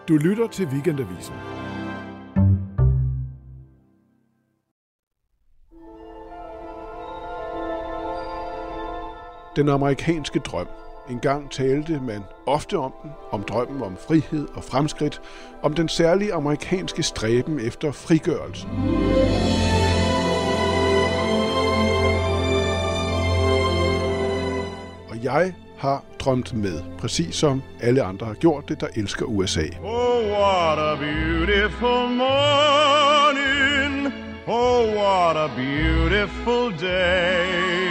Du lytter til Weekendavisen. Den amerikanske drøm. En gang talte man ofte om den, om drømmen om frihed og fremskridt, om den særlige amerikanske stræben efter frigørelsen. Og jeg har drømt med, præcis som alle andre har gjort det, der elsker USA. Oh, what a beautiful morning. Oh, what a beautiful day.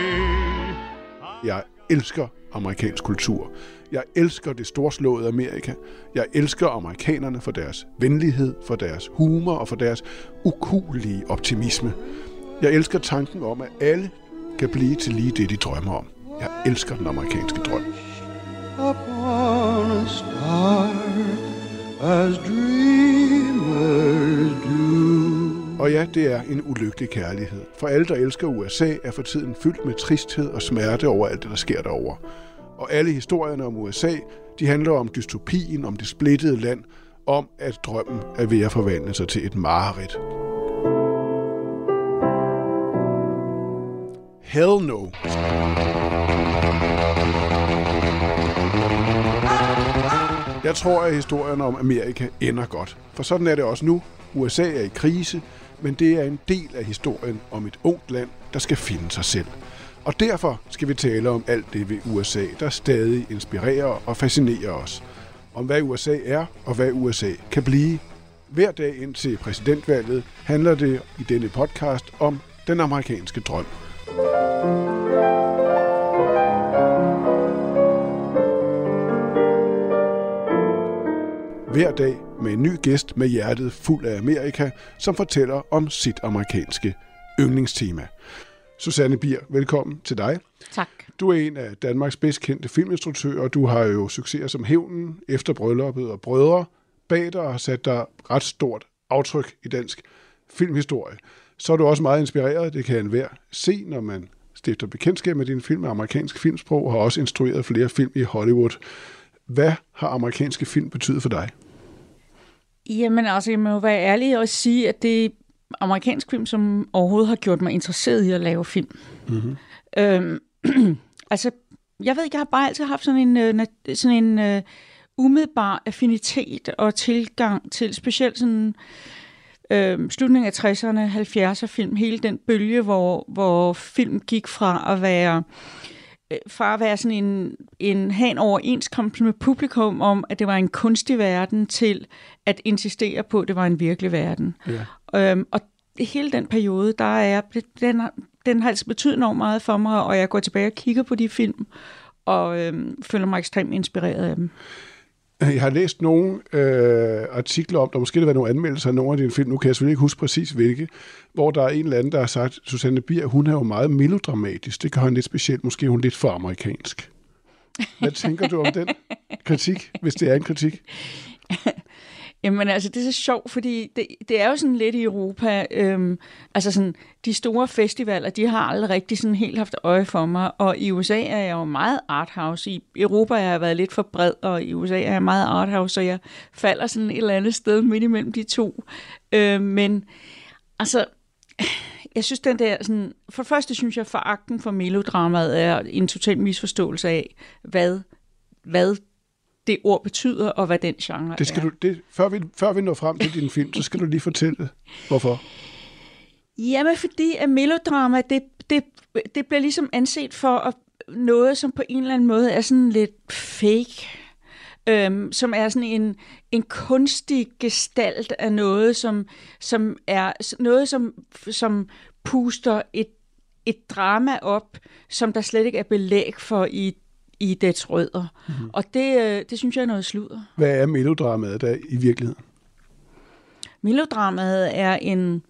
Jeg elsker amerikansk kultur. Jeg elsker det storslåede Amerika. Jeg elsker amerikanerne for deres venlighed, for deres humor og for deres ukuelige optimisme. Jeg elsker tanken om, at alle kan blive til lige det, de drømmer om. Jeg elsker den amerikanske drøm. Upon a star, as dreamers do. Og ja, det er en ulykkelig kærlighed. For alle, der elsker USA, er for tiden fyldt med tristhed og smerte over alt det, der sker derovre. Og alle historierne om USA, de handler om dystopien, om det splittede land, om at drømmen er ved at forvandle sig til et mareridt. Hell no. Jeg tror, at historierne om Amerika ender godt. For sådan er det også nu. USA er i krise, men det er en del af historien om et ungt land, der skal finde sig selv. Og derfor skal vi tale om alt det ved USA, der stadig inspirerer og fascinerer os. Om hvad USA er, og hvad USA kan blive. Hver dag indtil præsidentvalget handler det i denne podcast om den amerikanske drøm. Hver dag med en ny gæst med hjertet fuld af Amerika, som fortæller om sit amerikanske yndlingstema. Susanne Bier, velkommen til dig. Tak. Du er en af Danmarks bedst kendte filminstruktører. Du har jo succeser som Hævnen, Efter brylluppet og Brødre bag dig og har sat dig ret stort aftryk i dansk filmhistorie. Så er du også meget inspireret. Det kan enhver se, når man stifter bekendtskab med dine film af amerikansk filmsprog og har også instrueret flere film i Hollywood. Hvad har amerikanske film betydet for dig? Jamen altså, jeg må jo være ærlig og sige, at det er amerikansk film, som overhovedet har gjort mig interesseret i at lave film. Mm-hmm. Altså, jeg ved ikke, jeg har bare altid haft sådan en umiddelbar affinitet og tilgang til specielt sådan slutningen af 60'erne, 70'er film, hele den bølge, hvor film gik fra at være sådan have en overenskomst med publikum om, at det var en kunstig verden, til at insistere på, at det var en virkelig verden. Ja. Og hele den periode, den har altså betydet enormt meget for mig, og jeg går tilbage og kigger på de film, og føler mig ekstremt inspireret af dem. Jeg har læst nogle artikler om, der måske var nogle anmeldelser af nogle af dine film, nu kan jeg selvfølgelig ikke huske præcis hvilke, hvor der er en eller anden, der har sagt, Susanne Bier, hun er jo meget melodramatisk, det gør hun lidt specielt, måske er hun lidt for amerikansk. Hvad tænker du om den kritik, hvis det er en kritik? Jamen altså, det er så sjovt, fordi det er jo sådan lidt i Europa, altså sådan, de store festivaler, de har aldrig rigtig sådan helt haft øje for mig, og i USA er jeg jo meget arthouse, i Europa har jeg været lidt for bred, og i USA er jeg meget arthouse, så jeg falder sådan et eller andet sted midt imellem de to. Men altså, jeg synes den der sådan, for det første synes jeg, foragten for melodramaet er en total misforståelse af, hvad det ord betyder, og hvad den genre det skal er. Før vi når frem til din film, så skal du lige fortælle, hvorfor. Jamen, fordi at melodrama, det bliver ligesom anset for noget, som på en eller anden måde er sådan lidt fake, som er sådan en kunstig gestalt af noget, som er noget, som puster et drama op, som der slet ikke er belæg for i dets rødder. Mm-hmm. Og det synes jeg er noget sludder. Hvad er melodramaet der i virkeligheden? Melodramaet er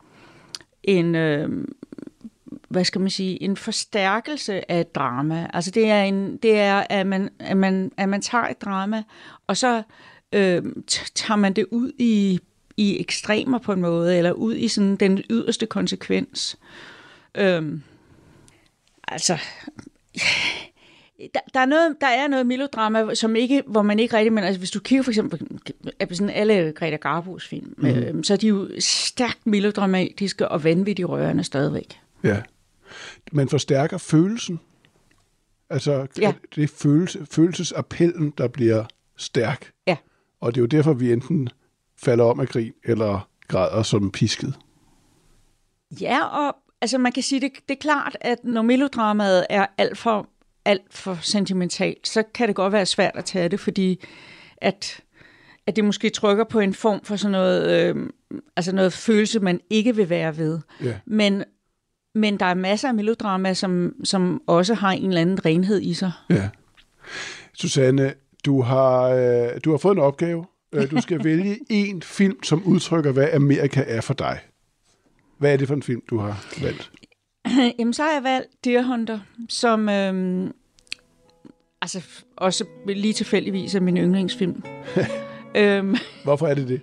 hvad skal man sige, en forstærkelse af et drama. Altså det er at man tager et drama, og så tager man det ud i ekstremer på en måde, eller ud i sådan den yderste konsekvens. Altså Der er noget melodrama, som ikke, hvor man ikke rigtig... Men altså, hvis du kigger for eksempel på sådan alle Greta Garbos film, så er de jo stærkt melodramatiske og vanvittigt rørende stadigvæk. Ja. Man forstærker følelsen. Altså, det er følelsesappellen, der bliver stærk. Ja. Og det er jo derfor, vi enten falder om af grin, eller græder som pisket. Ja, og altså man kan sige, det er klart, at når melodramaet er alt for sentimentalt, så kan det godt være svært at tage det, fordi at det måske trykker på en form for sådan noget, altså noget følelse, man ikke vil være ved. Ja. Men der er masser af melodrama, som også har en eller anden renhed i sig. Ja. Susanne, du har fået en opgave. Du skal vælge en film, som udtrykker, hvad Amerika er for dig. Hvad er det for en film, du har valgt? Jamen, så har jeg valgt Deer Hunter, som altså også lige tilfældigvis er min yndlingsfilm. Hvorfor er det det?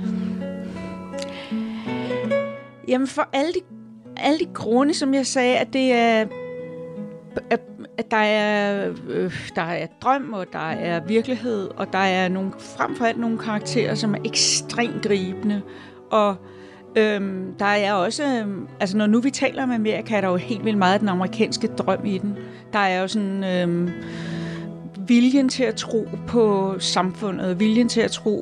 Jamen, for alle de grunde, som jeg sagde, at det er... At der er drøm, og der er virkelighed, og der er frem for alt nogle karakterer, som er ekstremt gribende. Og der er også, altså når nu vi taler om Amerika, er der jo helt vildt meget af den amerikanske drøm i den. Der er jo sådan viljen til at tro på samfundet, viljen til at tro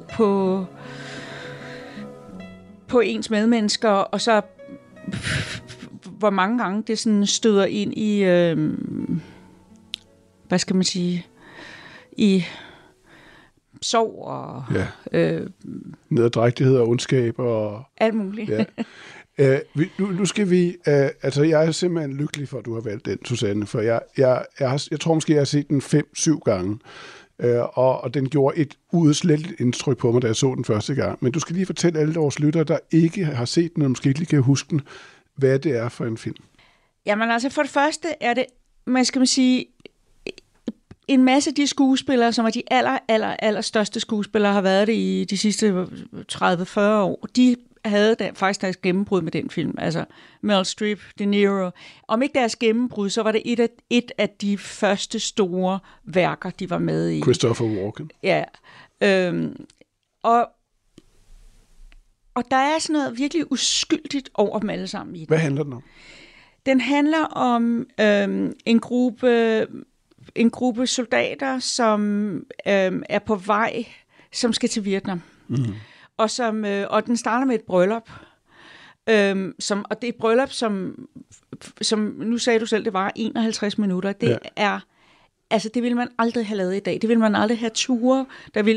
på ens medmennesker, og så hvor mange gange det sådan støder ind i, hvad skal man sige, i sorg og nederdrægtighed og ondskab og alt muligt. Ja. Nu skal vi, altså jeg er simpelthen lykkelig for, at du har valgt den, Susanne, for jeg tror måske, jeg har set den 5-7 gange, og den gjorde et udsletteligt indtryk på mig, da jeg så den første gang. Men du skal lige fortælle alle vores lyttere, der ikke har set den, og måske ikke lige kan huske den, hvad det er for en film. Jamen altså, for det første er det, skal man sige, en masse af de skuespillere, som er de aller største skuespillere, har været det i de sidste 30-40 år. De havde faktisk deres gennembrud med den film. Altså Meryl Streep, De Niro. Om ikke deres gennembrud, så var det et af de første store værker, de var med i. Christopher Walken. Ja. Og der er sådan noget virkelig uskyldigt over dem alle sammen i den. Hvad handler den om? Den handler om en gruppe soldater, som er på vej, som skal til Vietnam. Mm. Og den starter med et bryllup. Og det er et bryllup, som nu sagde du selv, det var 51 minutter. Det er... Altså, det ville man aldrig have lavet i dag. Det ville man aldrig have ture.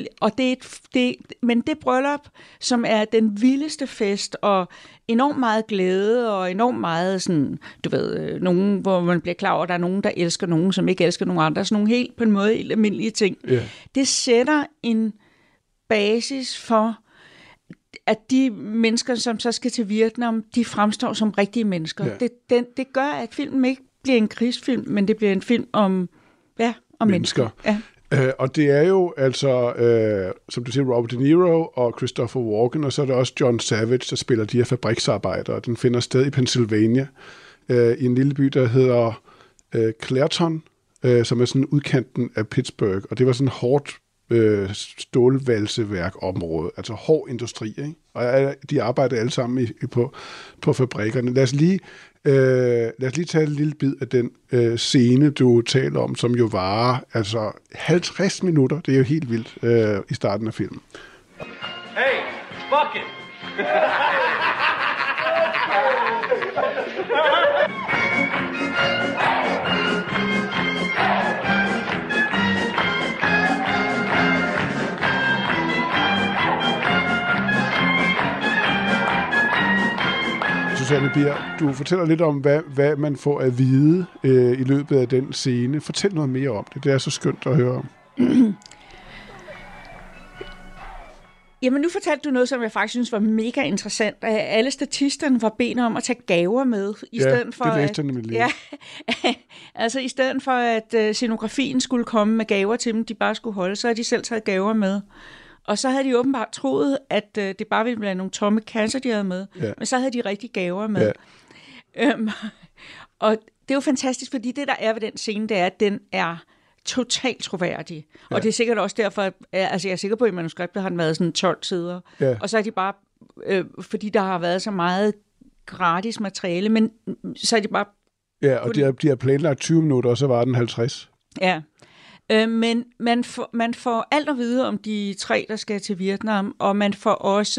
Men det bryllup, som er den vildeste fest, og enormt meget glæde, og enormt meget sådan, du ved, nogen, hvor man bliver klar over, at der er nogen, der elsker nogen, som ikke elsker nogen andre. Sådan nogle helt, på en måde, helt almindelige ting. Yeah. Det sætter en basis for, at de mennesker, som så skal til Vietnam, de fremstår som rigtige mennesker. Yeah. Det gør, at filmen ikke bliver en krigsfilm, men det bliver en film om mennesker. Ja. Og det er jo altså, som du siger, Robert De Niro og Christopher Walken, og så er der også John Savage, der spiller de her fabriksarbejdere. Den finder sted i Pennsylvania, i en lille by, der hedder Clairton, som er sådan udkanten af Pittsburgh. Og det var sådan et hårdt stålvalseværk-område, altså hård industri, ikke? Og de arbejder alle sammen på fabrikkerne. Lad os lige tage en lille bid af den scene, du taler om, som jo varer altså 50 minutter. Det er jo helt vildt i starten af filmen. Hey, fuck it! Susanne Bier, du fortæller lidt om, hvad man får at vide i løbet af den scene. Fortæl noget mere om det. Det er så skønt at høre om. Jamen, nu fortalte du noget, som jeg faktisk synes var mega interessant. Alle statisterne var bedt om at tage gaver med. I stedet for, det læste jeg nemlig lige. Ja, altså i stedet for, at scenografien skulle komme med gaver til dem, de bare skulle holde, så har de selv taget gaver med. Og så havde de åbenbart troet, at det bare ville være nogle tomme kasser, de havde med. Ja. Men så havde de rigtig gaver med. Ja. Og det er jo fantastisk, fordi det, der er ved den scene, det er, at den er totalt troværdig. Ja. Og det er sikkert også derfor, altså jeg er sikker på, at i manuskriptet har den været sådan 12 sider. Ja. Og så er de bare, fordi der har været så meget gratis materiale, men så er de bare... Ja, og de har planlagt 20 minutter, og så var den 50. Ja, men man får alt at vide om de 3, der skal til Vietnam, og man får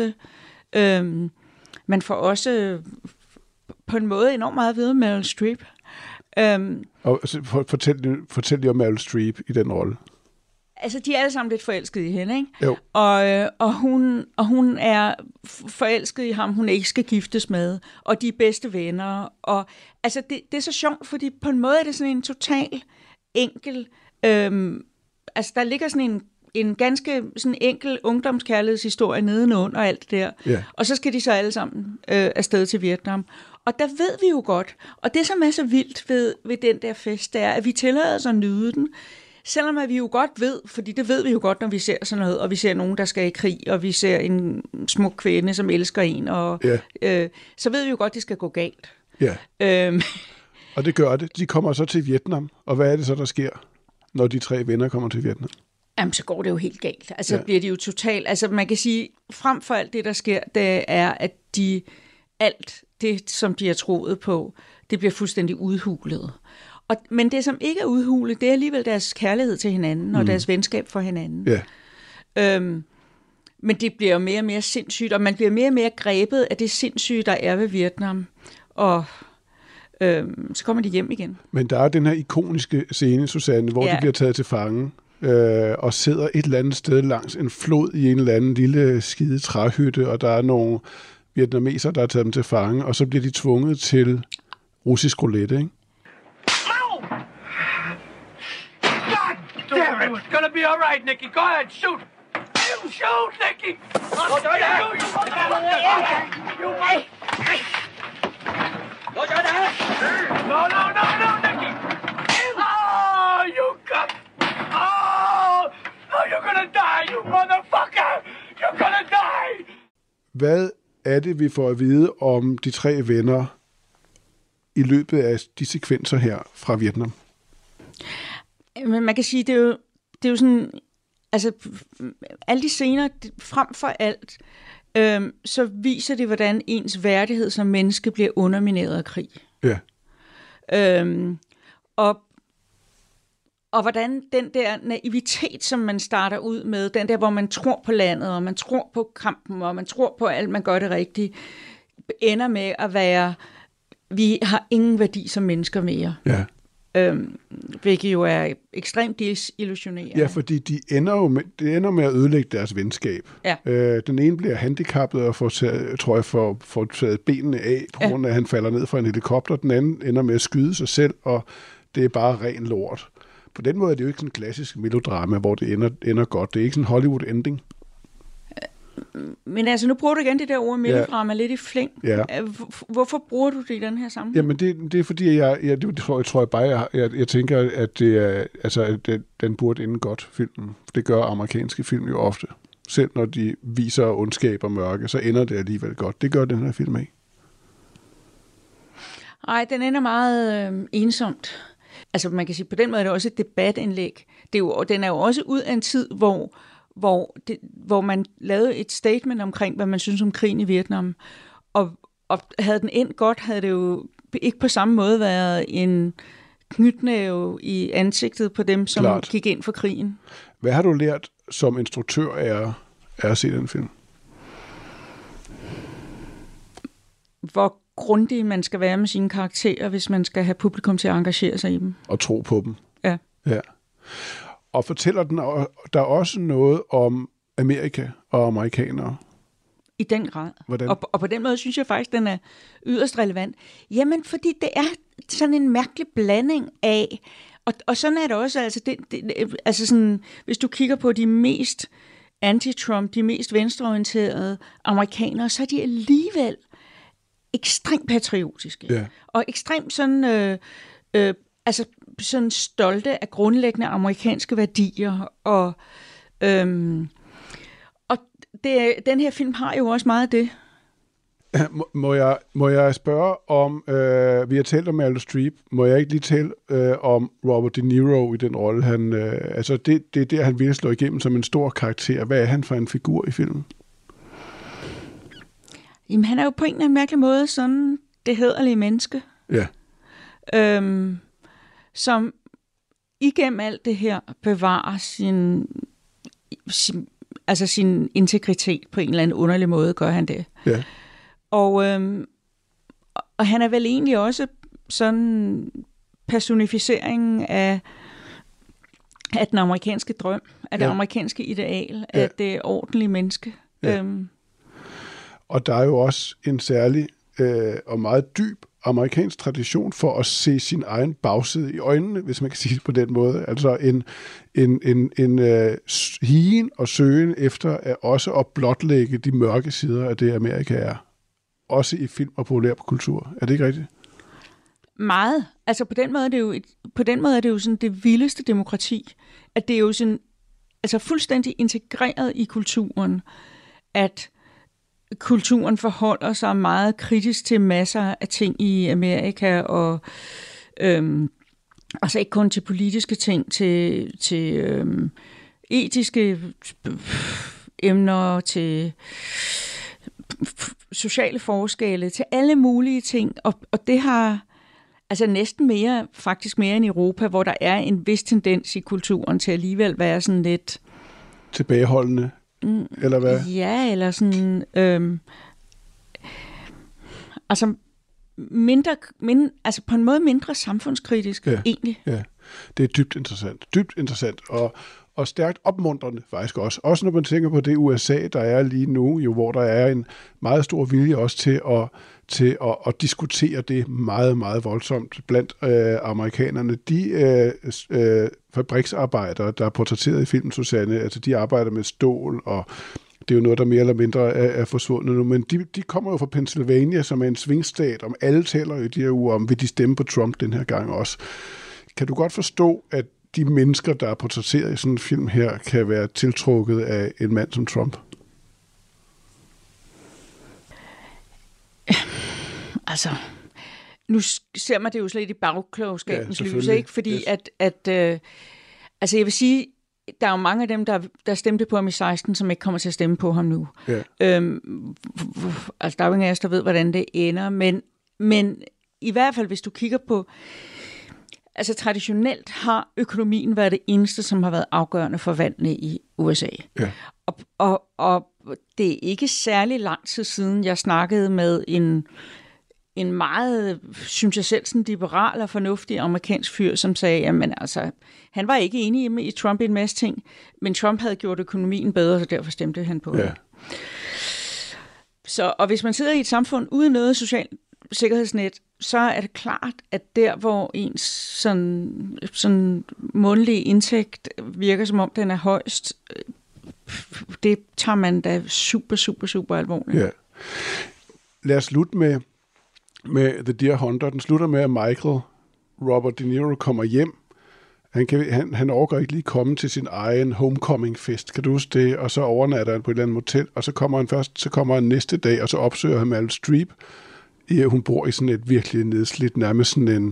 også på en måde enormt meget at vide om Meryl Streep. Og fortæl lige om Meryl Streep i den rolle. Altså, de er alle sammen lidt forelskede i hende, ikke? Jo. Og hun er forelsket i ham, hun ikke skal giftes med, og de er bedste venner. Og altså, det er så sjovt, fordi på en måde er det sådan en total enkel... altså, der ligger sådan en ganske sådan enkel ungdomskærlighedshistorie nedenunder alt det der. Yeah. Og så skal de så alle sammen afsted til Vietnam. Og der ved vi jo godt, og det som er så vildt ved den der fest, det er, at vi tillader os at nyde den, selvom at vi jo godt ved, fordi det ved vi jo godt, når vi ser sådan noget, og vi ser nogen, der skal i krig, og vi ser en smuk kvinde, som elsker en, og så ved vi jo godt, det skal gå galt. Yeah. Og det gør det. De kommer så til Vietnam, og hvad er det så, der sker, når de 3 venner kommer til Vietnam? Jamen, så går det jo helt galt. Altså, bliver de jo totalt... Altså, man kan sige, frem for alt det, der sker, det er, at alt det, som de har troet på, det bliver fuldstændig udhulet. Men det, som ikke er udhulet, det er alligevel deres kærlighed til hinanden, og deres venskab for hinanden. Yeah. Men det bliver jo mere og mere sindssygt, og man bliver mere og mere grebet af det sindssyge, der er ved Vietnam. Og... så kommer de hjem igen. Men der er den her ikoniske scene, Susanne, hvor de bliver taget til fange og sidder et eller andet sted langs en flod i en eller anden lille skide træhytte, og der er nogle vietnameser, der har taget dem til fange, og så bliver de tvunget til russisk roulette, ikke? Ow! God damn it! It's gonna be all right, Nicky. Go ahead, shoot! You shoot, Nicky! No, Nicky! Oh, you got... Oh! Oh, you're gonna die, you motherfucker! You're gonna die! Hvad er det, vi får at vide om de 3 venner i løbet af de sekvenser her fra Vietnam? Men man kan sige, det er jo sådan... Altså, alle de scener, frem for alt, så viser det, hvordan ens værdighed som menneske bliver undermineret af krig. Ja. Og hvordan den der naivitet, som man starter ud med, den der, hvor man tror på landet, og man tror på kampen, og man tror på alt, man gør det rigtigt, ender med at være, vi har ingen værdi som mennesker mere. Ja. Hvilket jo er ekstremt desillusionerende. Ja, fordi de ender med at ødelægge deres venskab. Ja. Den ene bliver handicappet og får taget benene af, på grund af, at han falder ned fra en helikopter. Den anden ender med at skyde sig selv, og det er bare ren lort. På den måde er det jo ikke sådan en klassisk melodrama, hvor det ender godt. Det er ikke sådan en Hollywood-ending. Men altså, nu bruger du igen det der ord melodrama lidt i flæng. Ja. Hvorfor bruger du det i den her sammenhæng? Jamen, det er fordi, jeg tror bare, jeg tænker, at det er, altså, at den burde ende godt, filmen. Det gør amerikanske film jo ofte. Selv når de viser ondskab og mørke, så ender det alligevel godt. Det gør den her film ikke. Nej, den ender meget ensomt. Altså, man kan sige, på den måde er det også et debatindlæg. Den er jo også ud af en tid, hvor man lavede et statement omkring, hvad man synes om krigen i Vietnam. Og havde den endt godt, havde det jo ikke på samme måde været en knytnæve i ansigtet på dem, som gik ind for krigen. Hvad har du lært som instruktør af at se den film? Hvor grundig man skal være med sine karakterer, hvis man skal have publikum til at engagere sig i dem. Og tro på dem. Ja. Og fortæller den der også noget om Amerika og amerikanere? I den grad. Hvordan? Og på den måde synes jeg faktisk, den er yderst relevant. Jamen, fordi det er sådan en mærkelig blanding af, og sådan er det også, altså sådan, hvis du kigger på de mest anti-Trump, de mest venstreorienterede amerikanere, så er de alligevel ekstremt patriotiske. Yeah. Og ekstremt sådan... altså sådan stolte af grundlæggende amerikanske værdier, og den her film har jo også meget af det. Må jeg spørge om, vi har talt om Meryl Streep, må jeg ikke lige tale om Robert De Niro i den rolle? Det er der, han virkelig slår igennem som en stor karakter. Hvad er han for en figur i filmen? Jamen, han er jo på en eller anden mærkelig måde sådan det hæderlige menneske. Ja. Som igennem alt det her bevarer sin integritet på en eller anden underlig måde, gør han det. Ja. Og han er vel egentlig også sådan personificeringen af den amerikanske drøm, af det amerikanske ideal, af det ordentlige menneske. Ja. Og der er jo også en særlig og meget dyb amerikansk tradition for at se sin egen bagside i øjnene, hvis man kan sige det på den måde. Altså en higen og søgen efter at også at blotlægge de mørke sider af det, Amerika er. Også i film og populærkultur. Er det ikke rigtigt? Meget. Altså på den måde er det jo sådan det vildeste demokrati, at det er jo sådan altså fuldstændig integreret i kulturen, at kulturen forholder sig meget kritisk til masser af ting i Amerika, og altså ikke kun til politiske ting, til etiske emner, til sociale forskelle, til alle mulige ting, og det har altså næsten faktisk mere end i Europa, hvor der er en vis tendens i kulturen til alligevel være sådan lidt tilbageholdende. Eller hvad? Ja, eller sådan altså altså på en måde mindre samfundskritisk egentlig. Ja, det er dybt interessant og stærkt opmuntrende faktisk også. Også når man tænker på det USA, der er lige nu, jo, hvor der er en meget stor vilje også til at diskutere det meget, meget voldsomt blandt amerikanerne. De fabriksarbejdere, der er portrætteret i filmen, Susanne, altså de arbejder med stål, og det er jo noget, der mere eller mindre er forsvundet nu, men de kommer jo fra Pennsylvania, som er en svingstat, om alle taler jo i de her uger om, vil de stemme på Trump den her gang også. Kan du godt forstå, at de mennesker, der er portrætteret i sådan en film her, kan være tiltrukket af en mand som Trump? Altså, nu ser man det jo slet i bagklogskabens lys, ikke? Fordi altså jeg vil sige, der er jo mange af dem, der stemte på ham i 16, som ikke kommer til at stemme på ham nu. Ja. Altså der er jo ingen af os, der ved, hvordan det ender, men i hvert fald, hvis du kigger på, altså traditionelt har økonomien været det eneste, som har været afgørende for valgene i USA. Ja. Og det er ikke særlig lang tid siden, jeg snakkede med en meget, synes jeg selv, sådan liberal og fornuftig amerikansk fyr, som sagde, jamen altså, han var ikke enig i Trump i en masse ting, men Trump havde gjort økonomien bedre, så derfor stemte han på ham. Så, og hvis man sidder i et samfund uden noget socialt sikkerhedsnet, så er det klart, at der, hvor ens sådan månedlige indtægt virker, som om den er højst, det tager man da super, super, super alvorligt. Ja. Lad os slutte med The Deer Hunter. Den slutter med, at Robert De Niro kommer hjem. Han overgår ikke lige komme til sin egen homecoming-fest. Kan du huske det? Og så overnatter han på et eller andet motel, og så kommer han næste dag, og så opsøger han Meryl Streep. Hun bor i sådan et virkelig nedslidt, nærmest sådan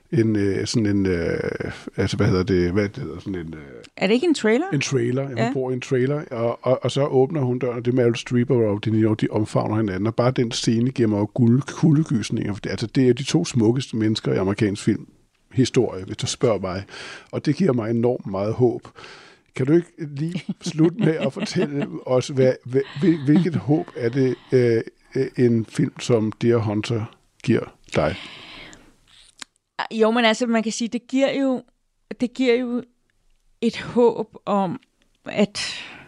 altså hvad hedder det, sådan en... Er det ikke en trailer? En trailer, ja. Hun bor i en trailer, og så åbner hun døren, og det er Meryl Streep og Robert De Niro, de omfavner hinanden, og bare den scene giver mig kuldegysninger, for det er de to smukkeste mennesker i amerikansk filmhistorie, hvis du spørger mig, og det giver mig enormt meget håb. Kan du ikke lige slutte med at fortælle os, hvilket håb er det, en film som Deer Hunter giver dig? Jo, men altså, man kan sige, det giver jo et håb om, at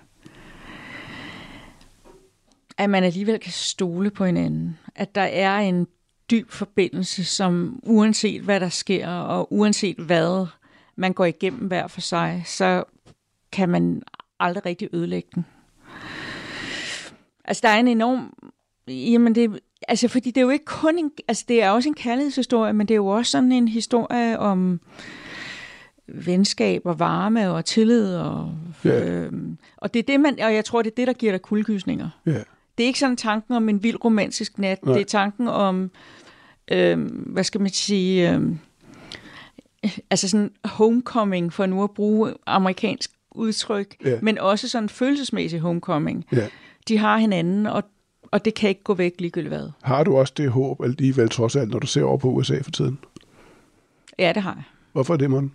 man alligevel kan stole på hinanden. At der er en dyb forbindelse, som uanset hvad der sker, og uanset hvad man går igennem hver for sig, så kan man aldrig rigtig ødelægge den. Altså, der er en enorm... Jamen, fordi det er jo ikke kun det er også en kærlighedshistorie, men det er jo også sådan en historie om venskab og varme og tillid og det er det og jeg tror det er det der giver dig kuldegysninger. Yeah. det er ikke sådan tanken om en vild romantisk nat. Nej. Det er tanken om, hvad skal man sige, altså sådan homecoming, for nu at bruge amerikansk udtryk, men også sådan følelsesmæssig homecoming. Ja. De har hinanden, og det kan ikke gå væk ligegyldigt hvad. Har du også det håb alligevel trods alt, når du ser over på USA for tiden? Ja, det har jeg. Hvorfor er det, Mon?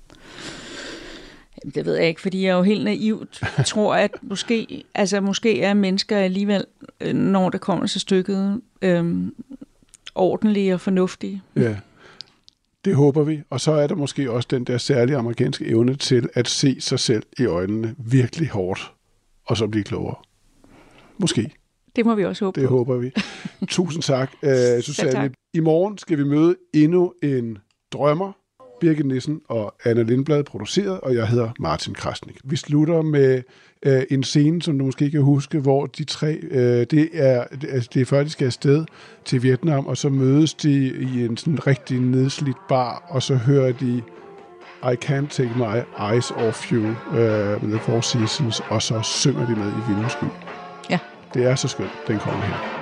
Det ved jeg ikke, fordi jeg jo helt naivt tror, at måske er mennesker alligevel, når det kommer til stykket, ordentlige og fornuftige. Ja, det håber vi. Og så er der måske også den der særlige amerikanske evne til at se sig selv i øjnene virkelig hårdt, og så blive klogere. Måske. Det må vi også håbe Det på. håber vi. Tusind tak, Susanne. tak. I morgen skal vi møde endnu en drømmer. Birgit Nissen og Anna Lindblad produceret, og jeg hedder Martin Krasnik. Vi slutter med en scene, som du måske kan huske, hvor de tre, det er før de skal afsted til Vietnam, og så mødes de i en sådan rigtig nedslidt bar, og så hører de I Can't Take My Eyes Off You med The Four Seasons, og så synger de med i Vildens Sky. Ja. Det er så skønt, den kommer her.